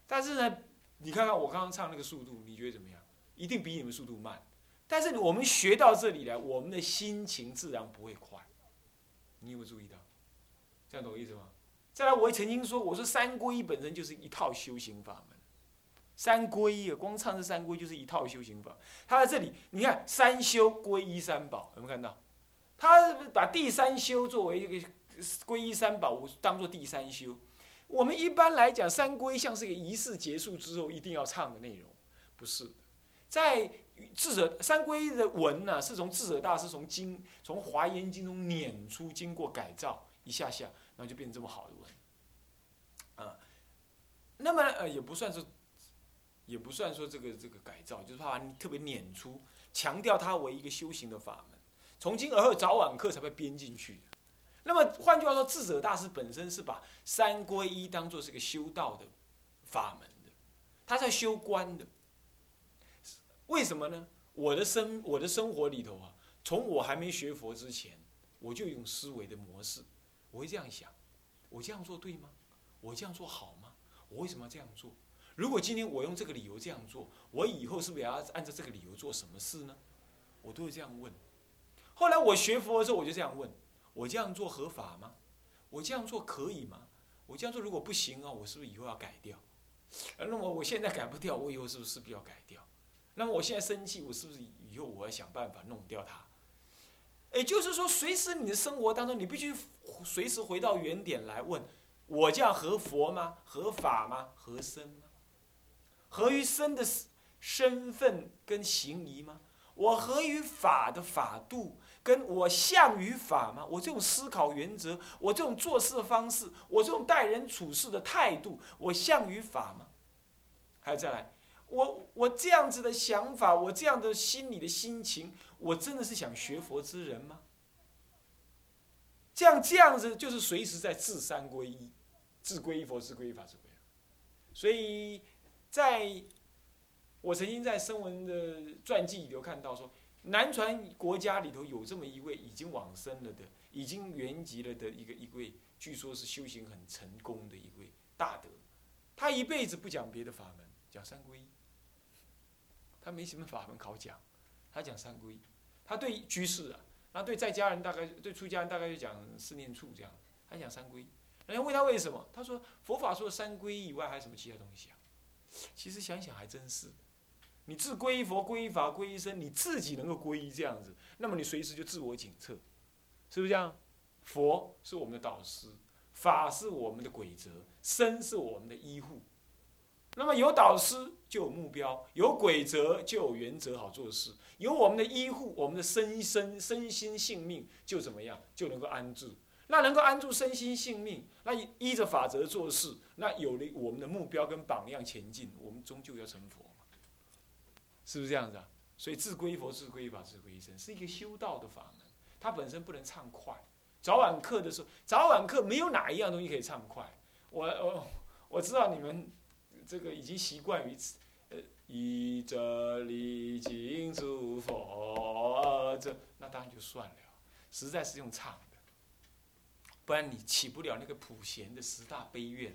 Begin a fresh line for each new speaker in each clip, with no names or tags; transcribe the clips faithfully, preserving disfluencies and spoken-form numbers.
但是呢，你看看我刚刚唱那个速度，你觉得怎么样？一定比你们速度慢。但是我们学到这里来，我们的心情自然不会快。你有没有注意到？这样懂我意思吗？再来，我也曾经说，我说三皈依本身就是一套修行法门。三皈依啊，光唱这三皈就是一套修行法。他在这里，你看三修皈依三宝，有没有看到？他把第三修作为一个皈依三宝，当做第三修。我们一般来讲，三皈像是一个仪式结束之后一定要唱的内容，不是的。在智者三皈依的文呢、啊，是从智者大师从经从华严经中碾出，经过改造一下下，然后就变成这么好的文，啊，那么呃也不算是，也不算说这个这个改造，就是把它特别碾出，强调它为一个修行的法门，从今而后早晚课才被编进去的。那么换句话说，智者大师本身是把三皈依当作是个修道的法门的，他在修观的。为什么呢？我的生我的生活里头啊，从我还没学佛之前，我就有一种思维的模式，我会这样想：我这样做对吗？我这样做好吗？我为什么要这样做？如果今天我用这个理由这样做，我以后是不是也要按照这个理由做什么事呢？我都会这样问。后来我学佛的时候，我就这样问：我这样做合法吗？我这样做可以吗？我这样做如果不行啊，我是不是以后要改掉？那么我现在改不掉，我以后是不是势必要改掉？那么我现在生气，我是不是以后我要想办法弄掉它？也就是说，随时你的生活当中，你必须随时回到原点来问：我这样合佛吗？合法吗？合身吗？合于身的身份跟行仪吗？我合于法的法度，跟我向于法吗？我这种思考原则，我这种做事的方式，我这种待人处事的态度，我向于法吗？还有再来。我我这样子的想法，我这样的心理的心情，我真的是想学佛之人吗？这样这样子就是随时在自三皈依，自皈依佛，自皈依法，自皈依。所以，在我曾经在声闻的传记里头看到说，南传国家里头有这么一位已经往生了的，已经圆寂了的一个一位，据说是修行很成功的一位大德，他一辈子不讲别的法门，讲三皈依。他没什么法门好讲，他讲三皈依，他对居士啊，然后对在家人大概对出家人大概就讲四念处这样，他讲三皈依。人家问他为什么，他说佛法除了三皈依以外还有什么其他东西啊？其实想想还真是，你自皈依佛、皈依法、皈依身，你自己能够皈依这样子，那么你随时就自我检测，是不是这样？佛是我们的导师，法是我们的轨则，身是我们的依护。那么有导师就有目标，有轨则就有原则，好做事。有我们的依护，我们的身身身心性命就怎么样，就能够安住。那能够安住身心性命，那依着法则做事，那有了我们的目标跟榜样前进，我们终究要成佛嘛，是不是这样子啊？所以自归佛、自归法、自归身是一个修道的法门，它本身不能唱快。早晚课的时候，早晚课没有哪一样东西可以唱快。我我我知道你们。这个已经习惯于此，呃，依着礼敬诸佛，这那当然就算了，实在是用唱的，不然你起不了那个普贤的十大悲愿。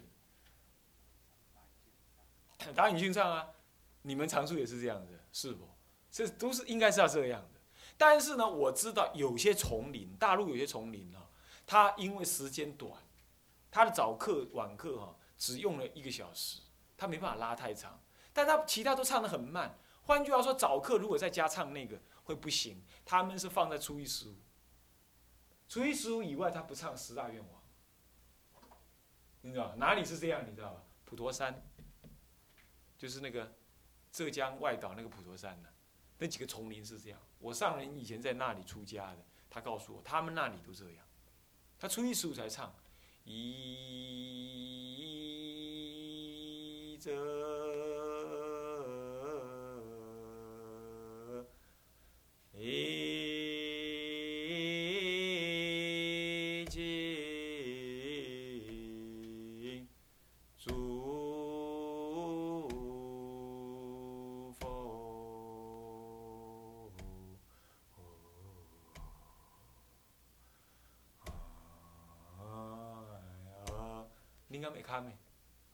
打引经唱啊，你们常处也是这样子，是不？这都是应该是要这样的。但是呢，我知道有些丛林，大陆有些丛林啊，它因为时间短，它的早课晚课哈、啊，只用了一个小时。他没办法拉太长，但他其他都唱得很慢。换句话说，早课如果在家唱那个会不行。他们是放在初一十五，初一十五以外他不唱十大愿望。你知道哪里是这样？你知道吧？普陀山，就是那个浙江外岛那个普陀山呢、啊，那几个丛林是这样。我上人以前在那里出家的，他告诉我，他们那里都这样。他初一十五才唱，一这一敬诸佛，哎呀，你敢没看没？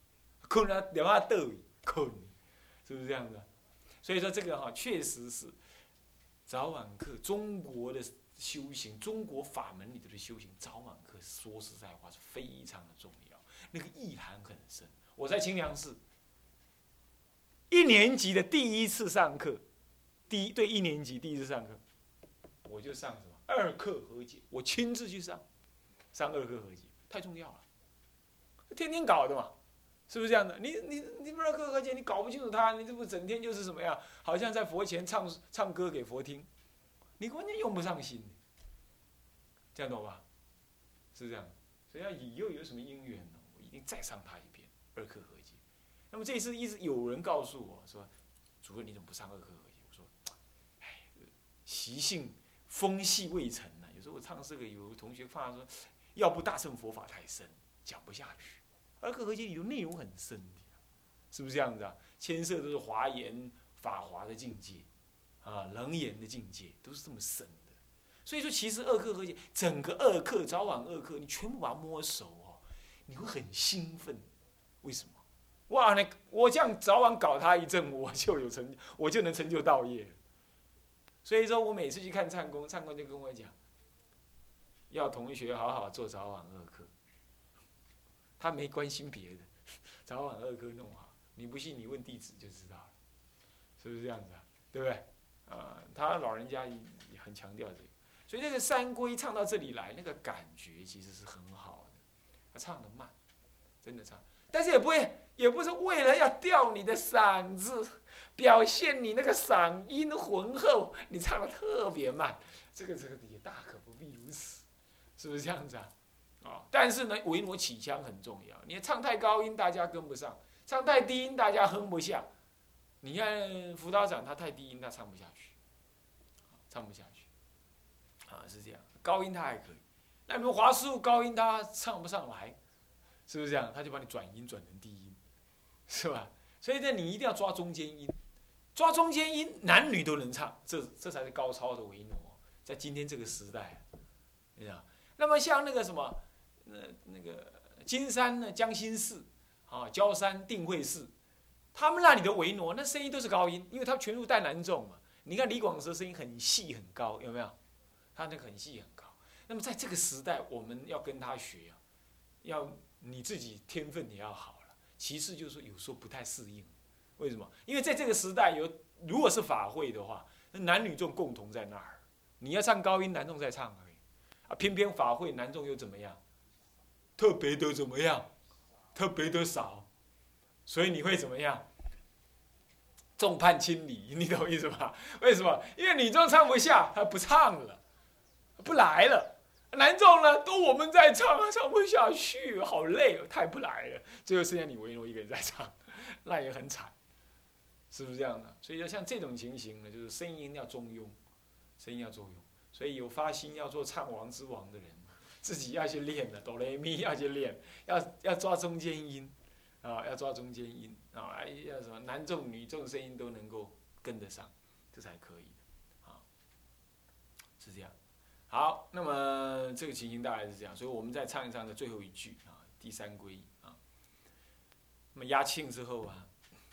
困啊，两下倒去困，是不是这样的？所以说这个哈，确实是早晚课中国的修行，中国法门里头的修行，早晚课说实在话是非常的重要，那个意涵很深。我在清凉寺一年级的第一次上课，第一对一年级第一次上课，我就上什么二课和解，我亲自去上，上二课和解，太重要了，天天搞的嘛，是不是这样的？你你你不二课和解，你搞不清楚它，你这不整天就是什么呀？好像在佛前唱唱歌给佛听，你关键用不上心，这样懂吧？是这样，所以要以后有什么因缘呢，我一定再上他一遍二课和解。那么这一次一直有人告诉我说，主任你怎么不上二课和解？我说，哎，习性风气未成呢。有时候我唱这个，有同学怕说，要不大乘佛法太深，讲不下去。二课和解里头内容很深的，是不是这样子啊？牵涉都是华严、法华的境界，啊，楞严的境界，都是这么深的。所以说，其实二课和解，整个二课早晚二课，你全部把它摸熟哦，你会很兴奋。为什么？哇，那我这样早晚搞他一阵，我就有成，我就能成就道业了。所以说我每次去看唱功，唱功就跟我讲，要同学好好做早晚二课。他没关心别的，早晚二课弄好。你不信，你问弟子就知道了，是不是这样子啊？对不对？啊、呃，他老人家也很强调这个，所以这个三归唱到这里来，那个感觉其实是很好的。他唱得慢，真的唱。但是也不会，也不是为了要吊你的嗓子，表现你那个嗓音浑厚，你唱得特别慢，这个这个也大可不必如此，是不是这样子啊？哦，但是呢，维摩起腔很重要。你唱太高音，大家跟不上；唱太低音，大家哼不下。你看辅导长，他太低音，他唱不下去，唱不下去，啊，是这样。高音他还可以，那你们华师傅高音他唱不上来。是不是这样？他就把你转音转成低音，是吧？所以呢，你一定要抓中间音，抓中间音，男女都能唱，这这才是高超的维摩。在今天这个时代，你知道？那么像那个什么，那那个金山呢，江心寺，啊，焦山定慧寺，他们那里的维摩，那声音都是高音，因为他全部带男众嘛。你看李广哲声音很细很高，有没有？他那个很细很高。那么在这个时代，我们要跟他学啊，要。你自己天分也要好了，其次就是说有时候不太适应，为什么？因为在这个时代有，如果是法会的话，那男女众共同在那儿，你要唱高音，男众在唱而已，啊，偏偏法会男众又怎么样？特别的怎么样？特别的少，所以你会怎么样？众叛亲离，你懂我意思吧？为什么？因为女众唱不下，他不唱了，不来了。男众呢，都我们在唱，唱不下去，好累，太不来了。最后剩下你维摩一个人在唱，那也很惨，是不是这样的？所以要像这种情形呢，就是声音要中庸，声音要中庸。所以有发心要做唱王之王的人，自己要去练的，哆来咪要去练，要要抓中间音，啊，要抓中间音啊，要什么男众女众声音都能够跟得上，这才可以的，啊，是这样。好，那么这个情形大概是这样，所以我们再唱一唱的最后一句啊，第三归啊。那么压磬之后啊，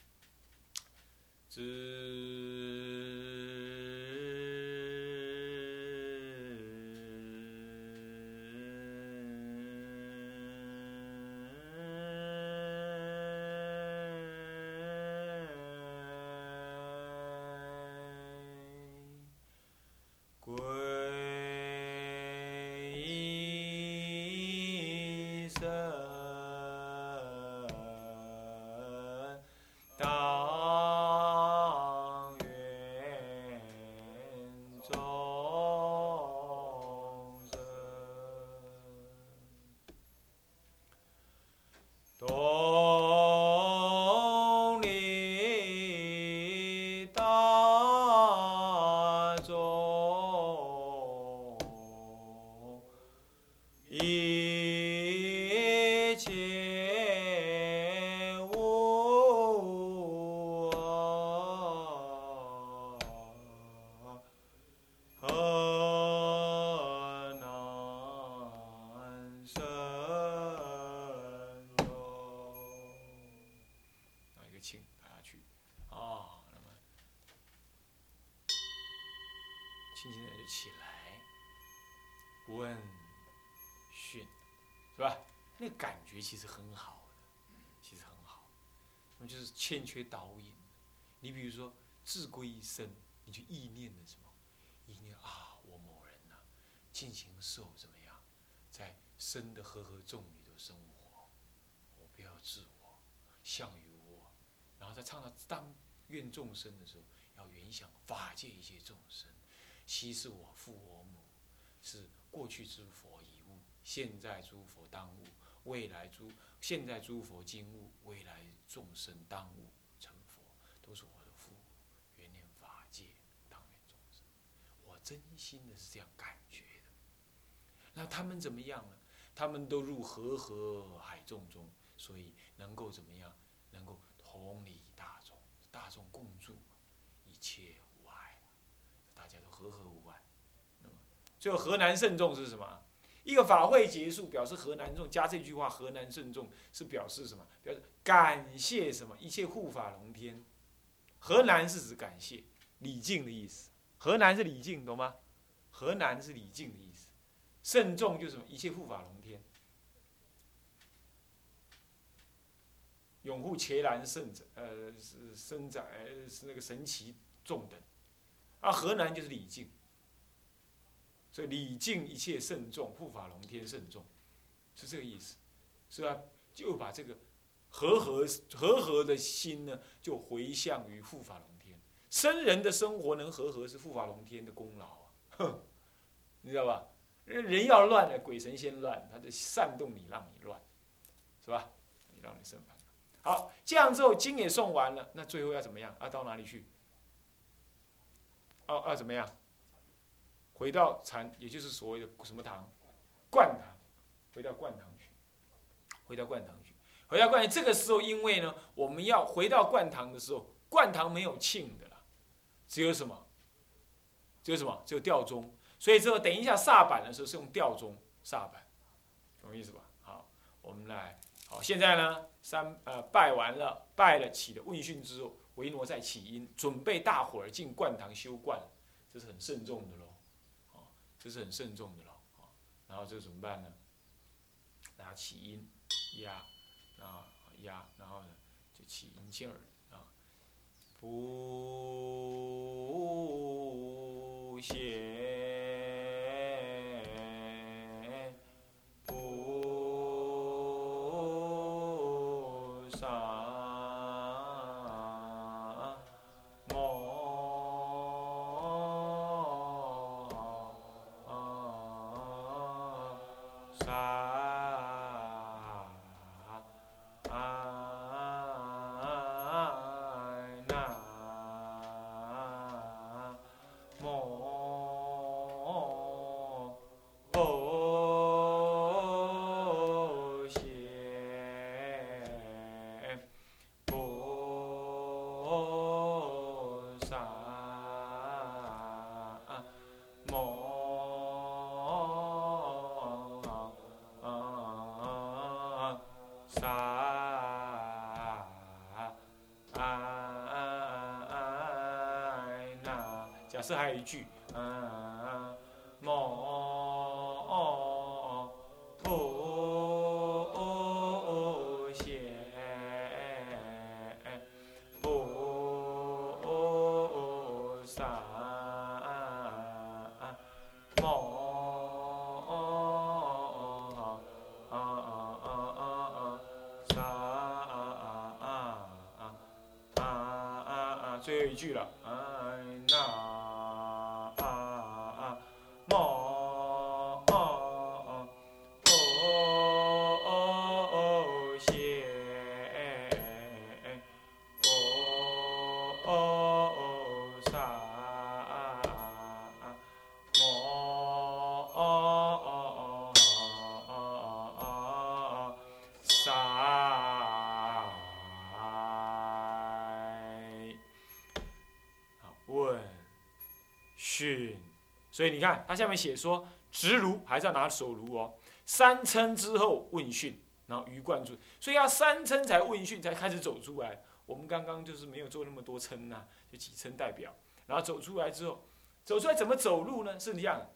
知。 心情就起来，问讯，是吧？那感觉其实很好的，其实很好。那么就是欠缺导引。你比如说，志归一生，你去意念的什么？意念啊，我某人呐、啊，进行受怎么样，在生的和合众里头生活，我不要自我，相于我。然后再唱到当愿众生的时候，要原想法界一切众生，昔是我父我母，是过去诸佛已悟，现在诸佛当悟，未来诸现在诸佛今悟，未来众生当悟成佛，都是我的父母，原念法界当愿众生。我真心的是这样感觉的。那他们怎么样呢？他们都入和合海众中，所以能够怎么样？能够同理大众，大众共住，一切无碍，大家都和合无碍。那么，最后河南慎重是什么？一个法会结束，表示河南众，加这句话，河南慎重是表示什么？表示感谢什么？一切护法龙天。河南是指感谢礼敬的意思，河南是礼敬，懂吗？河南是礼敬的意思，慎重就是什么？一切护法龙天。拥护伽蓝圣者，呃，是生长，呃，是那个神奇众等，啊，河南就是礼敬，所以礼敬一切圣众，护法龙天圣众，是这个意思，是吧？就把这个和合和合的心呢，就回向于护法龙天。僧人的生活能和合，是护法龙天的功劳啊，哼，你知道吧？人要乱了，鬼神先乱，他就煽动你，让你乱，是吧？你让你生烦。好，这样之后经也诵完了，那最后要怎么样？啊，到哪里去？哦，要怎么样？回到禅，也就是所谓的什么堂？灌堂，回到灌堂去，回到灌堂去，回到灌堂。这个时候，因为呢，我们要回到灌堂的时候，灌堂没有磬的了，只有什么？只有什么？只有吊钟。所以之后等一下煞板的时候是用吊钟煞板，懂意思吧？好，我们来。好，现在呢，三呃拜完了，拜了起的问讯之后，维罗再起音，准备大伙儿进灌堂修灌，这是很慎重的喽，哦，这是很慎重的喽，哦，然后这怎么办呢？然后起音，压，啊压，然后呢就起音尖儿啊，不谢。假设还有一句，嗯，莫不谢菩萨摩，最后一句了，嗯，那。训，所以你看，他下面写说，直如还是要拿手如哦。三称之后问讯，然后鱼贯注，所以要三称才问讯，才开始走出来。我们刚刚就是没有做那么多称呐、啊，就几称代表，然后走出来之后， 走出来怎么走路呢？是这样，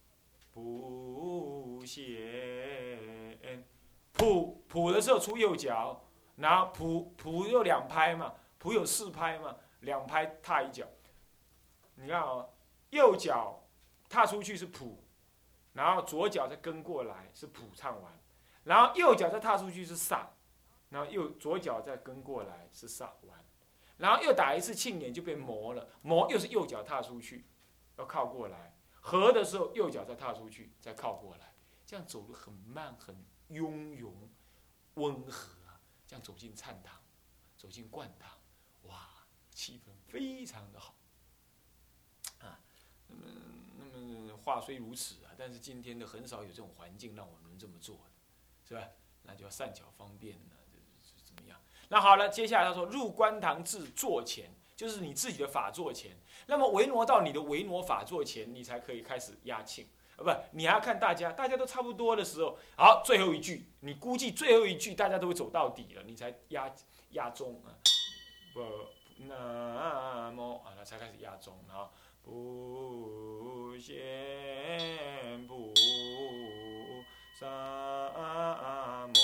普贤，普普的时候出右脚，然后普普有两拍嘛，普有四拍嘛，两拍踏一脚。你看哦，右脚踏出去是普，然后左脚再跟过来是普唱完，然后右脚再踏出去是萨，然后右左脚再跟过来是萨完，然后又打一次庆典就变摩了，摩又是右脚踏出去，要靠过来，和的时候右脚再踏出去，再靠过来，这样走路很慢很雍容温和啊，这样走进禅堂，走进灌堂，哇，气氛非常的好。啊，那么那么话虽如此啊，但是今天的很少有这种环境让我们这么做的，是吧？那就要善巧方便呢，怎么样？那好了，接下来他说入观堂至座前，就是你自己的法座前。那么维挪到你的维挪法座前，你才可以开始压磬。啊，不，你还要看大家，大家都差不多的时候，好，最后一句，你估计最后一句大家都会走到底了，你才压压中啊，不，那么啊，那才开始压中，然后。不贤菩萨摩，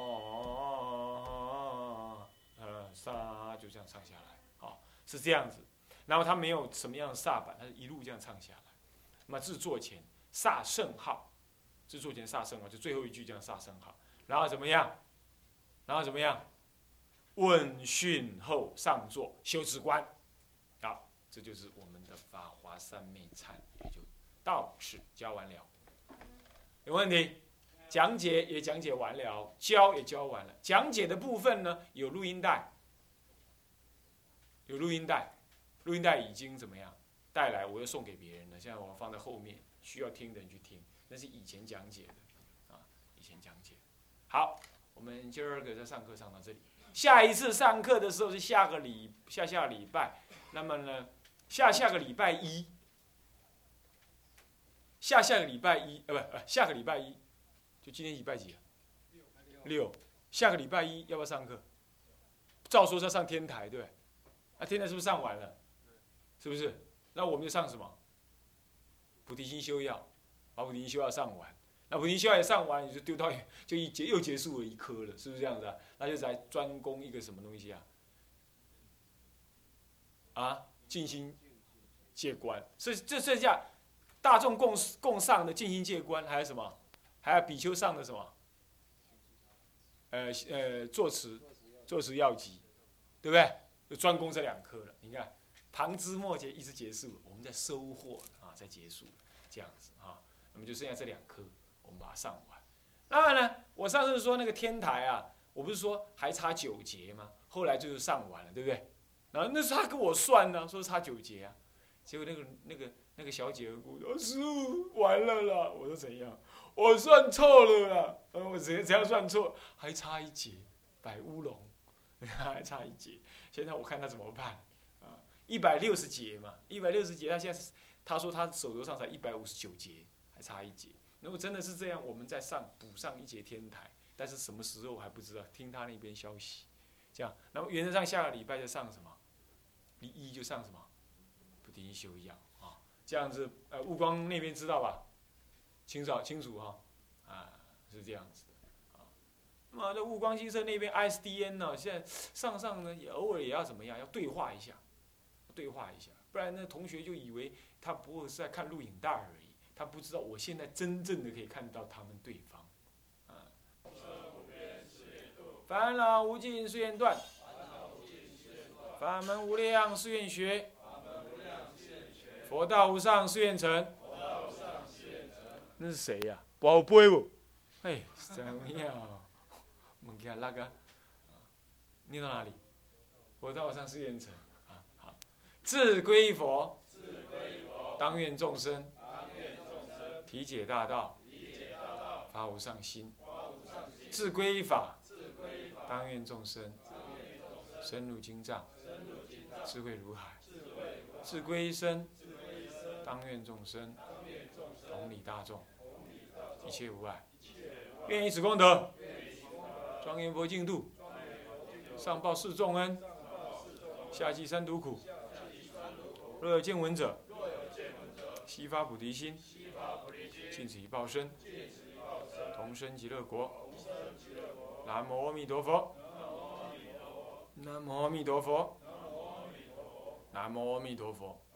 呃，萨就这样唱下来，好，是这样子。然后他没有什么样的萨板，他是一路这样唱下来。那么至座前萨圣号，至座前萨圣号，就最后一句这样萨圣号。然后怎么样？然后怎么样？问讯后上座修止观，好。这就是我们的法华三昧禅，也就到此教完了。有问题？讲解也讲解完了，教也教完了。讲解的部分呢，有录音带，有录音带，录音带已经怎么样带来？我又送给别人了，现在我放在后面，需要听的人去听。那是以前讲解的，啊，以前讲解。好，我们今儿个在上课上到这里，下一次上课的时候是下个礼下下礼拜，那么呢？下下个礼拜一，下下个礼拜一，呃不，呃下个礼拜一，就今天礼拜几啊？六。下个礼拜一要不要上课？照说是要上天台，对不对？那、啊、天台是不是上完了？是不是？那我们就上什么？菩提心修要，把菩提心修要上完。那菩提心修要也上完，你就丢到就一结又结束了一科了，是不是这样子啊？那就来专攻一个什么东西啊？啊？静心戒观，所以这剩下大众共共上的静心戒观，还有什么？还有比丘上的什么？呃呃，坐持坐持要集，对不对？就专攻这两科了。你看，旁枝末节一直结束了，我们在收获啊，在结束这样子啊。那么就剩下这两科，我们把它上完。那么呢，我上次说那个天台啊，我不是说还差九节吗？后来就是上完了，对不对？然后那是他跟我算呢、啊，说差九节啊，结果那个那个那个小姐跟我说师父完了啦，我说怎样？我算错了啦，呃，我怎怎样算错？还差一节，百乌龙，还差一节。现在我看他怎么办啊？一百六十节嘛，一百六十节，他现在他说他手头上才一百五十九节，还差一节。如果真的是这样，我们再上补上一节天台，但是什么时候还不知道，听他那边消息。这样，那么原则上下个礼拜就上什么？一就上什么？菩提心修要啊，这样子，呃，悟光那边知道吧？清楚清楚哈，啊，是这样子的啊。那么在悟光精舍那边 I S D N 呢，现在上上呢也偶尔也要怎么样？要对话一下，对话一下，不然呢同学就以为他不过是在看录影带而已，他不知道我现在真正的可以看到他们对方。啊。烦恼无尽誓愿断。法门无量誓愿学，佛道无上誓愿成。那是谁呀、啊？宝贝不？哎，怎么样？我们给他那个，念到哪里？佛道无上誓愿成。啊，好。自归佛，当愿众生体解大道，发无上心。自归法，当愿众生深入经藏。智慧如海，自归身，当愿众生同理大众，一切无碍。愿以此功德，庄严佛净土，上报四重恩，下济三途苦。若有见闻者， 悉发菩提心，尽此一报身，同生极乐国。南无阿弥陀佛。南无阿弥陀佛。南无阿弥陀佛。